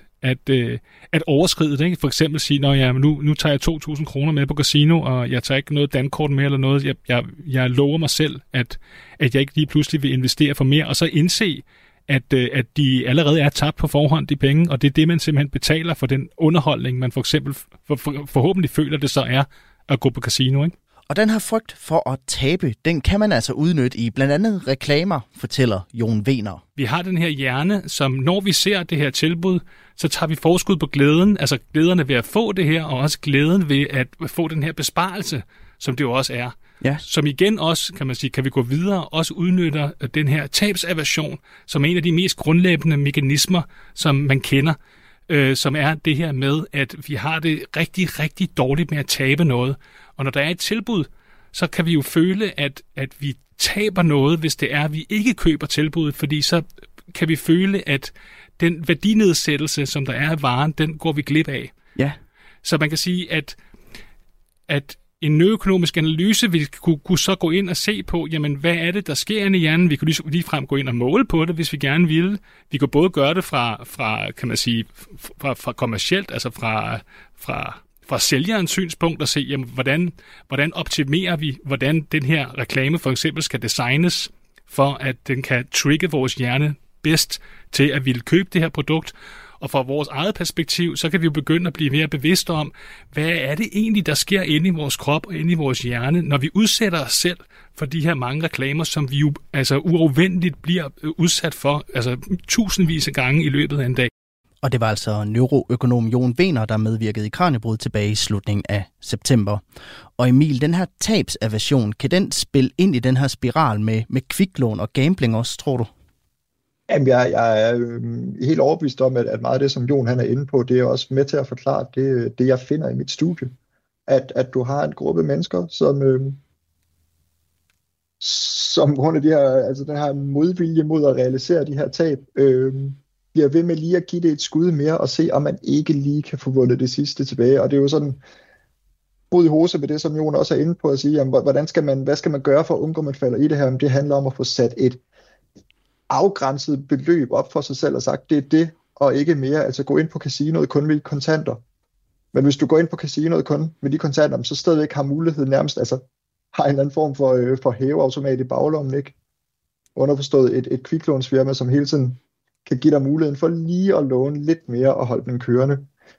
at overskride det. Ikke? For eksempel sige, nu tager jeg 2.000 kroner med på casino, og jeg tager ikke noget dankort med eller noget. Jeg lover mig selv, at jeg ikke lige pludselig vil investere for mere, og så indse, at de allerede er tabt på forhånd, de penge, og det er det, man simpelthen betaler for den underholdning, man for eksempel forhåbentlig føler det så er at gå på casino, ikke? Og den her frygt for at tabe, den kan man altså udnytte i blandt andet reklamer, fortæller Jon Wehner. Vi har den her hjerne, som når vi ser det her tilbud, så tager vi forskud på glæden, altså glæderne ved at få det her, og også glæden ved at få den her besparelse, som det jo også er. Ja. Som igen også, kan man sige, kan vi gå videre, også udnytter den her tabsaversion, som er en af de mest grundlæggende mekanismer, som man kender, som er det her med, at vi har det rigtig, rigtig dårligt med at tabe noget. Og når der er et tilbud, så kan vi jo føle, at vi taber noget, hvis det er, at vi ikke køber tilbuddet, fordi så kan vi føle, at den værdinedsættelse, som der er af varen, den går vi glip af. Ja. Så man kan sige, at en neuroøkonomisk analyse vil kunne så gå ind og se på, jamen, hvad er det, der sker inde i hjernen? Vi kunne ligefrem gå ind og måle på det, hvis vi gerne ville. Vi kan både gøre det fra kan man sige, fra kommercielt, altså fra sælgerens synspunkt og se, jamen, hvordan optimerer vi, hvordan den her reklame for eksempel skal designes, for at den kan trigge vores hjerne bedst til at ville købe det her produkt. Og fra vores eget perspektiv, så kan vi jo begynde at blive mere bevidste om, hvad er det egentlig, der sker inde i vores krop og inde i vores hjerne, når vi udsætter os selv for de her mange reklamer, som vi jo altså uafvendeligt bliver udsat for, altså tusindvis af gange i løbet af en dag. Og det var altså neuroøkonom Jon Wehner, der medvirkede i Kraniebrud tilbage i slutningen af september. Og Emil, den her tabsaversion, kan den spille ind i den her spiral med kviklån og gambling også, tror du? Jamen, jeg er helt overbevist om, at meget af det, som Jon han er inde på, det er også med til at forklare det jeg finder i mit studie. At du har en gruppe mennesker, som grund af den her modvilje mod at realisere de her tab, bliver ved med lige at give det et skud mere og se, om man ikke lige kan få vundet det sidste tilbage. Og det er jo sådan brud i hose med det, som Jon også er inde på at sige, jamen, hvad skal man gøre for at undgå, at man falder i det her? Men det handler om at få sat et afgrænset beløb op for sig selv og sagt, det er det og ikke mere. Altså gå ind på casinoet kun med kontanter. Men hvis du går ind på casinoet kun med de kontanter, så stadigvæk har mulighed nærmest, altså har en eller anden form for hæveautomat i baglommen, ikke? Underforstået et kviklånsfirma, som hele tiden kan give dig muligheden for lige at låne lidt mere og holde den kørende.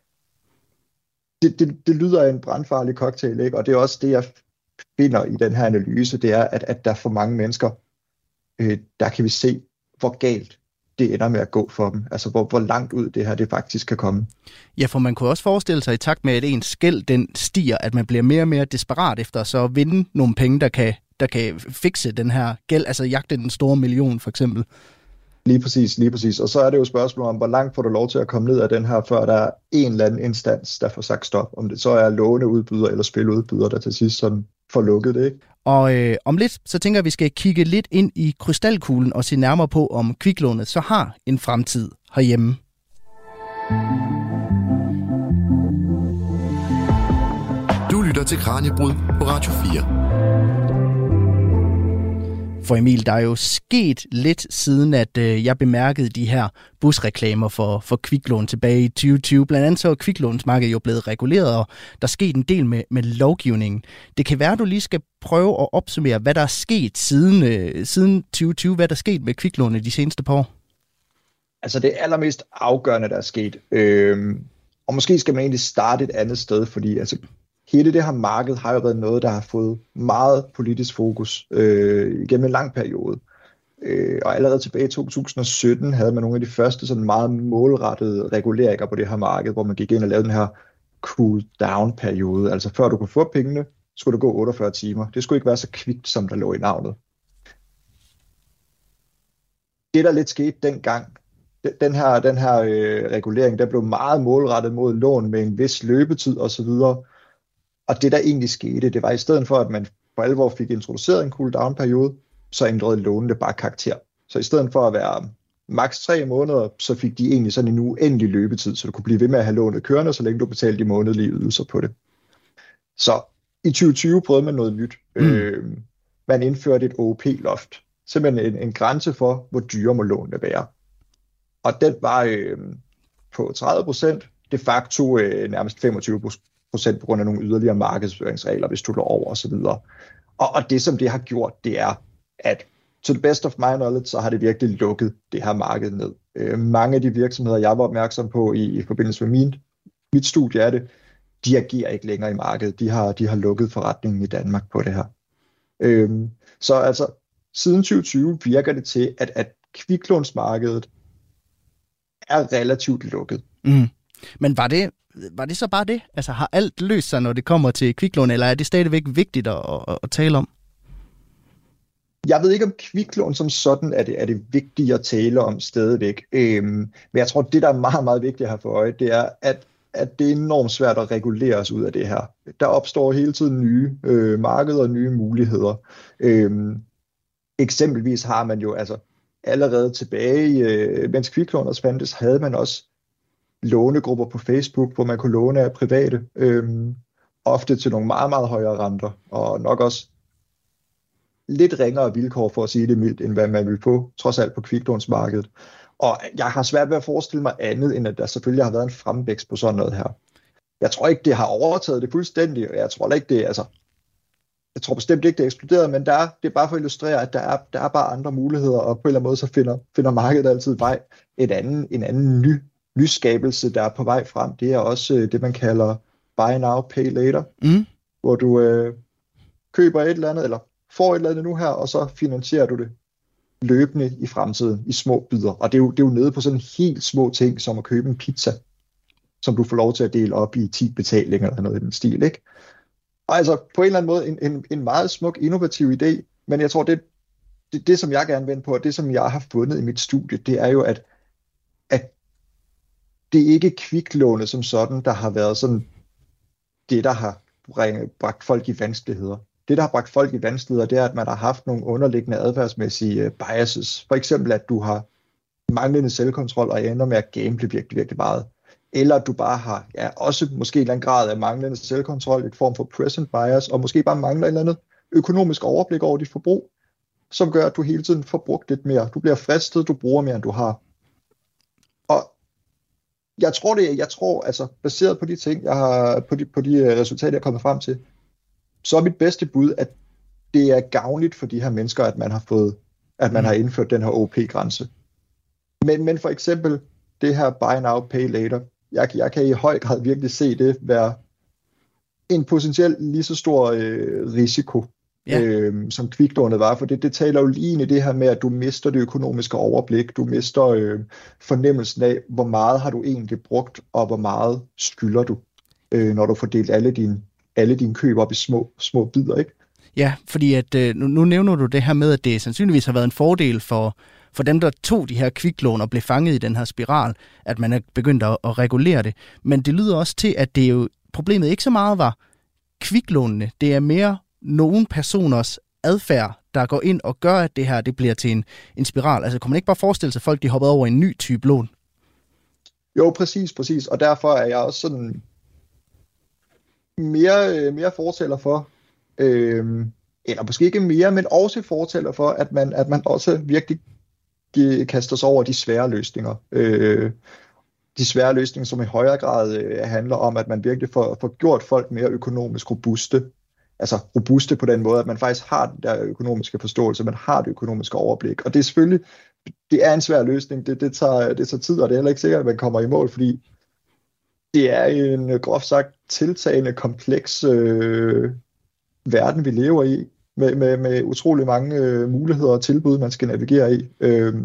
Det lyder af en brandfarlig cocktail, ikke? Og det er også det, jeg finder i den her analyse, det er, at der er for mange mennesker, der kan vi se, hvor galt det ender med at gå for dem. Altså, hvor langt ud det her det faktisk kan komme. Ja, for man kunne også forestille sig i takt med, at ens gæld den stiger, at man bliver mere og mere desperat efter så at vinde nogle penge, der kan fikse den her gæld, altså jagte den store million for eksempel. Lige præcis. Og så er det jo spørgsmålet om, hvor langt får du lov til at komme ned af den her, før der er en eller anden instans, der får sagt stop. Om det så er låneudbyder eller spiludbyder, der til sidst sådan får lukket det, ikke? Og om lidt, så tænker jeg, at vi skal kigge lidt ind i krystalkuglen og se nærmere på, om kviklånet så har en fremtid herhjemme. Du lytter til Kraniebrud på Radio 4. For Emil, der er jo sket lidt siden, at jeg bemærkede de her busreklamer for kviklån tilbage i 2020. Blandt andet så er kviklånsmarkedet jo blevet reguleret, og der er sket en del med lovgivningen. Det kan være, at du lige skal prøve at opsummere, hvad der er sket siden 2020, hvad der er sket med kviklån i de seneste par år. Altså det allermest afgørende, der er sket. Og måske skal man egentlig starte et andet sted, fordi altså hele det her marked har jo været noget, der har fået meget politisk fokus gennem en lang periode. Og allerede tilbage i 2017 havde man nogle af de første sådan meget målrettede reguleringer på det her marked, hvor man gik ind og lavede den her cool-down-periode. Altså før du kunne få pengene, skulle det gå 48 timer. Det skulle ikke være så kvikt, som der lå i navnet. Det, der lidt skete dengang, den her regulering, der blev meget målrettet mod lån med en vis løbetid osv., og det, der egentlig skete, det var i stedet for, at man for alvor fik introduceret en cool-down-periode, så ændrede lånene bare karakter. Så i stedet for at være maks 3 måneder, så fik de egentlig sådan en uendelig løbetid, så du kunne blive ved med at have lånet kørende, så længe du betalte de månedlige ydelser på det. Så i 2020 prøvede man noget nyt. Man indførte et OOP-loft. simpelthen en grænse for, hvor dyre må lånene være. Og den var på 30%, de facto nærmest 25% på grund af nogle yderligere markedsføringsregler, hvis du lå over osv. Og det, som det har gjort, det er, at to the best of my knowledge, så har det virkelig lukket det her marked ned. Mange af de virksomheder, jeg var opmærksom på i forbindelse med mit studie af det, de agerer ikke længere i markedet. De har lukket forretningen i Danmark på det her. Så altså, siden 2020 virker det til, at kviklånsmarkedet er relativt lukket. Mm. Men var det så bare det? Altså har alt løst sig, når det kommer til kviklån, eller er det stadigvæk vigtigt at tale om? Jeg ved ikke, om kviklån som sådan er det vigtige at tale om stadigvæk. Men jeg tror, det, der er meget, meget vigtigt at have for øje, det er, at det er enormt svært at regulere os ud af det her. Der opstår hele tiden nye markeder og nye muligheder. Eksempelvis har man jo altså allerede tilbage, mens kviklån fandtes, havde man også lånegrupper på Facebook, hvor man kunne låne af private, ofte til nogle meget, meget højere renter, og nok også lidt ringere vilkår, for at sige det mildt, end hvad man vil få, trods alt på kviklånsmarkedet. Og jeg har svært ved at forestille mig andet, end at der selvfølgelig har været en fremvækst på sådan noget her. Jeg tror ikke, det har overtaget det fuldstændig, og jeg tror ikke, det altså, jeg tror bestemt ikke, det er eksploderet, men det er bare for at illustrere, at der er bare andre muligheder, og på en eller anden måde, så finder markedet altid vej. En anden nyskabelse, der er på vej frem, det er også det, man kalder buy now, pay later, hvor du køber et eller andet, eller får et eller andet nu her, og så finansierer du det løbende i fremtiden, i små bidder. Og det er jo nede på sådan helt små ting, som at købe en pizza, som du får lov til at dele op i 10 betalinger, eller noget i den stil, ikke? Og altså på en eller anden måde en meget smuk, innovativ idé, men jeg tror, det som jeg gerne vender på, og det som jeg har fundet i mit studie, det er jo, at det er ikke kviklånet som sådan, der har været sådan det, der har bragt folk i vanskeligheder. Det, der har bragt folk i vanskeligheder, det er, at man har haft nogle underliggende adfærdsmæssige biases. For eksempel, at du har manglende selvkontrol og ender med at gamble virkelig, virkelig meget. Eller at du bare har også måske en eller anden grad af manglende selvkontrol, et form for present bias, og måske bare mangler et eller andet økonomisk overblik over dit forbrug, som gør, at du hele tiden får brugt lidt mere. Du bliver fristet, du bruger mere, end du har. Og jeg tror altså, baseret på de ting, jeg har, på de resultater, jeg er kommet frem til, så er mit bedste bud, at det er gavnligt for de her mennesker, at man har indført den her OP-grænse. Men for eksempel det her buy now, pay later, jeg kan i høj grad virkelig se det være en potentielt lige så stor risiko, som kviklånet var, for det taler jo lige ind i det her med, at du mister det økonomiske overblik, du mister fornemmelsen af, hvor meget har du egentlig brugt, og hvor meget skylder du, når du får delt alle dine køb op i små bidder, ikke? Ja, fordi at nu nævner du det her med, at det sandsynligvis har været en fordel for dem, der tog de her kviklån og blev fanget i den her spiral, at man er begyndt at regulere det. Men det lyder også til, at det jo problemet ikke så meget var kviklånene. Det er mere nogle personers adfærd, der går ind og gør, at det her det bliver til en spiral. Altså, kan man ikke bare forestille sig, at folk de hoppede over en ny type lån? Jo, præcis. Og derfor er jeg også sådan mere fortæller for, eller måske ikke mere, men også fortæller for, at man også virkelig kaster sig over de svære løsninger. De svære løsninger, som i højere grad handler om, at man virkelig får gjort folk mere økonomisk robuste. Altså robuste på den måde, at man faktisk har den der økonomiske forståelse, man har det økonomiske overblik. Og det er selvfølgelig, det er en svær løsning, det tager tid, og det er heller ikke sikkert, at man kommer i mål, fordi det er en groft sagt tiltagende kompleks verden, vi lever i, med utrolig mange muligheder og tilbud, man skal navigere i.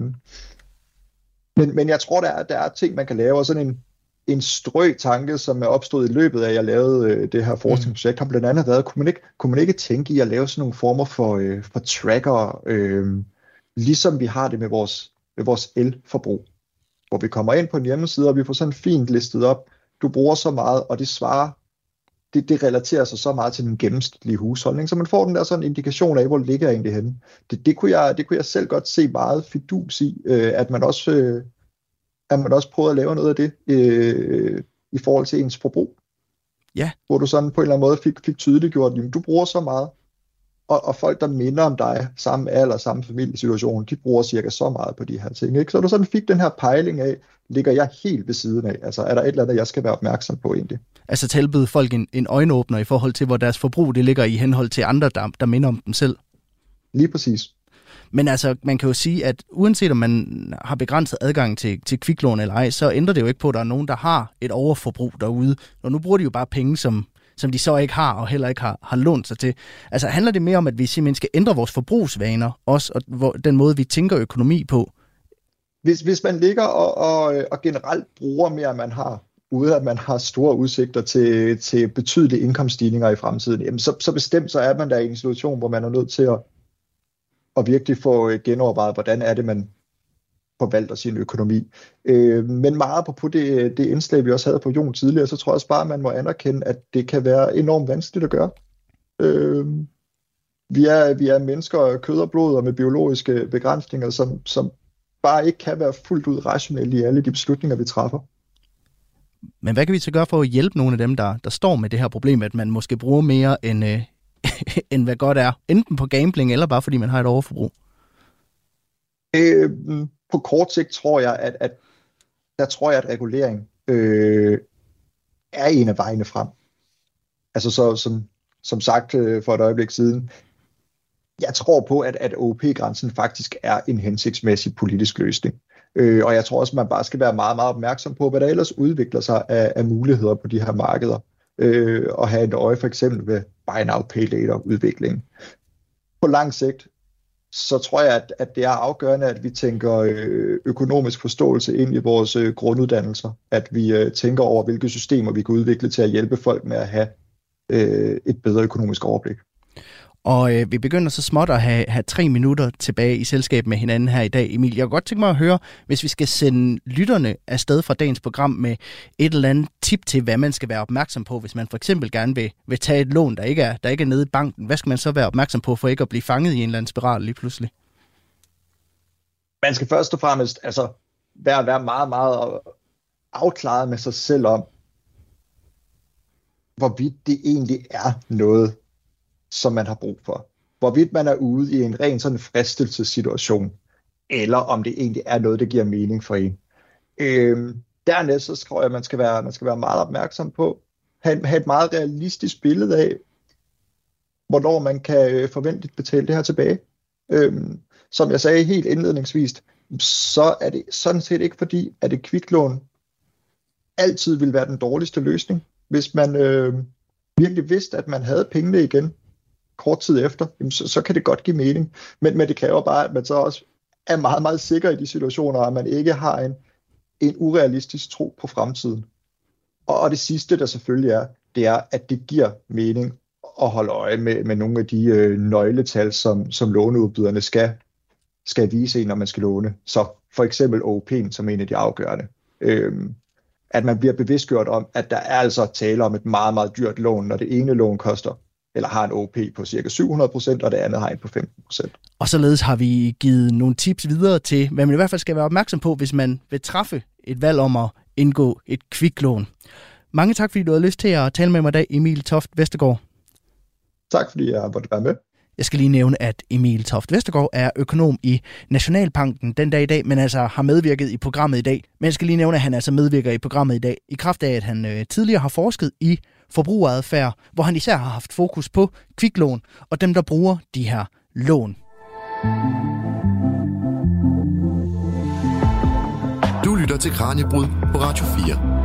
Men jeg tror, der er ting, man kan lave, og sådan en strø-tanke, som er opstået i løbet af, at jeg lavede det her forskningsprojekt, har blandt andet været, kunne man ikke tænke i at lave sådan nogle former for tracker, ligesom vi har det med vores elforbrug, hvor vi kommer ind på en hjemmeside, og vi får sådan fint listet op, du bruger så meget, og det svarer, det relaterer sig så meget til den gennemsnitlige husholdning, så man får den der sådan en indikation af, hvor ligger egentlig henne. Det kunne jeg selv godt se meget fidus i, at man også prøvede at lave noget af det i forhold til ens forbrug. Ja. Hvor du sådan på en eller anden måde fik tydeliggjort, at du bruger så meget. Og folk, der minder om dig, samme alder, samme familiesituation, de bruger cirka så meget på de her ting. Ikke? Så du sådan fik den her pejling af, ligger jeg helt ved siden af? Altså er der et eller andet, jeg skal være opmærksom på egentlig? Altså tilbyde folk en øjenåbner i forhold til, hvor deres forbrug det ligger i henhold til andre, der minder om dem selv. Lige præcis. Men altså, man kan jo sige, at uanset om man har begrænset adgang til kviklån eller ej, så ændrer det jo ikke på, at der er nogen, der har et overforbrug derude. Og nu bruger de jo bare penge, som de så ikke har og heller ikke har lånt sig til. Altså handler det mere om, at vi simpelthen skal ændre vores forbrugsvaner også, og den måde, vi tænker økonomi på? Hvis man ligger og generelt bruger mere, end man har, uden at man har store udsigter til betydelige indkomststigninger i fremtiden, jamen så bestemt så er man der i en situation, hvor man er nødt til at virkelig få genovervejet, hvordan er det, man forvalter sin økonomi. Men meget på det indslag, vi også havde på Jon tidligere, så tror jeg også bare, at man må anerkende, at det kan være enormt vanskeligt at gøre. Vi er mennesker, kød og blod og med biologiske begrænsninger, som bare ikke kan være fuldt ud rationelle i alle de beslutninger, vi træffer. Men hvad kan vi så gøre for at hjælpe nogle af dem, der står med det her problem, at man måske bruger mere end hvad godt er, enten på gambling eller bare fordi man har et overforbrug? På kort sigt tror jeg, at regulering er en af vejene frem. Altså så som sagt for et øjeblik siden, jeg tror på, at OP-grænsen faktisk er en hensigtsmæssig politisk løsning. Og jeg tror også, at man bare skal være meget, meget opmærksom på, hvad der ellers udvikler sig af muligheder på de her markeder. Og have et øje for eksempel ved buy now, pay later udviklingen. På lang sigt, så tror jeg, at det er afgørende, at vi tænker økonomisk forståelse ind i vores grunduddannelser. At vi tænker over, hvilke systemer vi kan udvikle til at hjælpe folk med at have et bedre økonomisk overblik. Og vi begynder så småt at have 3 minutter tilbage i selskab med hinanden her i dag. Emil, jeg kunne godt tænke mig at høre, hvis vi skal sende lytterne afsted fra dagens program med et eller andet tip til, hvad man skal være opmærksom på, hvis man for eksempel gerne vil tage et lån, der ikke er nede i banken. Hvad skal man så være opmærksom på for ikke at blive fanget i en eller anden spiral lige pludselig? Man skal først og fremmest være meget, meget afklaret med sig selv om, hvorvidt det egentlig er noget, som man har brug for. Hvorvidt man er ude i en ren sådan fristelsessituation, eller om det egentlig er noget, der giver mening for en. Dernæst så tror jeg, at man skal være meget opmærksom på, have et meget realistisk billede af, hvornår man kan forventeligt betale det her tilbage. Som jeg sagde helt indledningsvis, så er det sådan set ikke fordi, at et kviklån altid vil være den dårligste løsning. Hvis man virkelig vidste, at man havde pengene igen kort tid efter, så kan det godt give mening. Men det kræver bare, at man så også er meget, meget sikker i de situationer, at man ikke har en urealistisk tro på fremtiden. Og det sidste, der selvfølgelig er, det er, at det giver mening at holde øje med nogle af de nøgletal, som låneudbyderne skal vise en, når man skal låne. Så for eksempel OP'en som en af de afgørende. At man bliver bevidstgjort om, at der er altså tale om et meget, meget dyrt lån, når det ene lån koster, eller har en OP på cirka 700%, og det andet har en på 15%. Og således har vi givet nogle tips videre til, hvad man i hvert fald skal være opmærksom på, hvis man vil træffe et valg om at indgå et kviklån. Mange tak, fordi du havde lyst til at tale med mig i dag, Emil Toft Vestergaard. Tak, fordi jeg måtte være med. Jeg skal lige nævne, at Emil Toft Vestergaard er økonom i Nationalbanken den dag i dag, men altså har medvirket i programmet i dag. Men jeg skal lige nævne, at han altså medvirker i programmet i dag, i kraft af, at han tidligere har forsket i forbrugeradfærd, hvor han især har haft fokus på kviklån og dem, der bruger de her lån. Du lytter til Kraniebrud på Radio 4.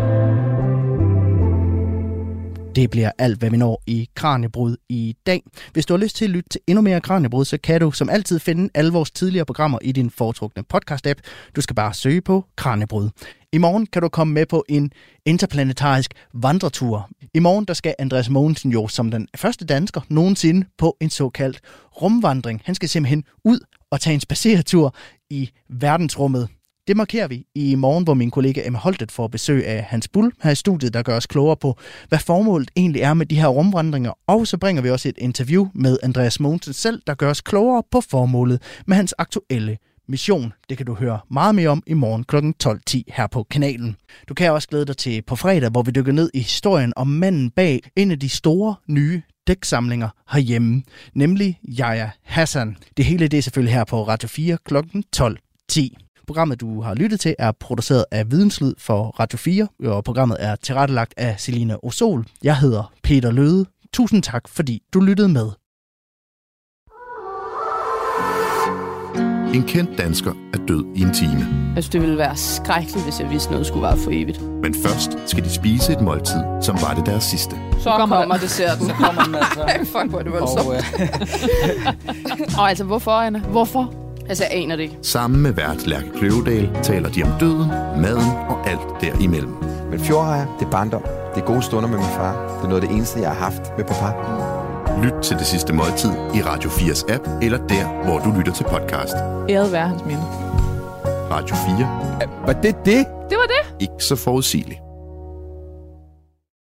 Det bliver alt, hvad vi når i Kraniebrud i dag. Hvis du har lyst til at lytte til endnu mere Kraniebrud, så kan du som altid finde alle vores tidligere programmer i din foretrukne podcast-app. Du skal bare søge på Kraniebrud. I morgen kan du komme med på en interplanetarisk vandretur. I morgen der skal Andreas Mogensen jo som den første dansker nogensinde på en såkaldt rumvandring. Han skal simpelthen ud og tage en spadseretur i verdensrummet. Det markerer vi i morgen, hvor min kollega Emma Holtet får besøg af Hans Bull her i studiet, der gør os klogere på, hvad formålet egentlig er med de her rumvandringer. Og så bringer vi også et interview med Andreas Mogensen selv, der gør os klogere på formålet med hans aktuelle mission. Det kan du høre meget mere om i morgen kl. 12:10 her på kanalen. Du kan også glæde dig til på fredag, hvor vi dykker ned i historien om manden bag en af de store nye dæksamlinger herhjemme, nemlig Yahya Hassan. Det hele det er selvfølgelig her på Radio 4 kl. 12:10. Programmet, du har lyttet til, er produceret af Videnslyd for Radio 4, og programmet er tilrettelagt af Selina Osol. Jeg hedder Peter Løde. Tusind tak, fordi du lyttede med. En kendt dansker er død i en time. Jeg synes, det ville være skrækkeligt, hvis jeg vidste, noget skulle være for evigt. Men først skal de spise et måltid, som var det deres sidste. Så kommer desserten. Så kommer den altså. Fuck, hvor er det voldsomt. Og altså, hvorfor, Anna? Hvorfor? Altså, jeg aner det ikke. Sammen med vært Lærke Kløvedal taler de om døden, maden og alt derimellem. Men fjordrejer, det er barndom. Det er gode stunder med min far. Det er noget af det eneste, jeg har haft med papa. Lyt til Det Sidste Måltid i Radio 4's app, eller der, hvor du lytter til podcast. Æret være hans minde. Radio 4. Var det det? Det var det. Ikke så forudsigeligt.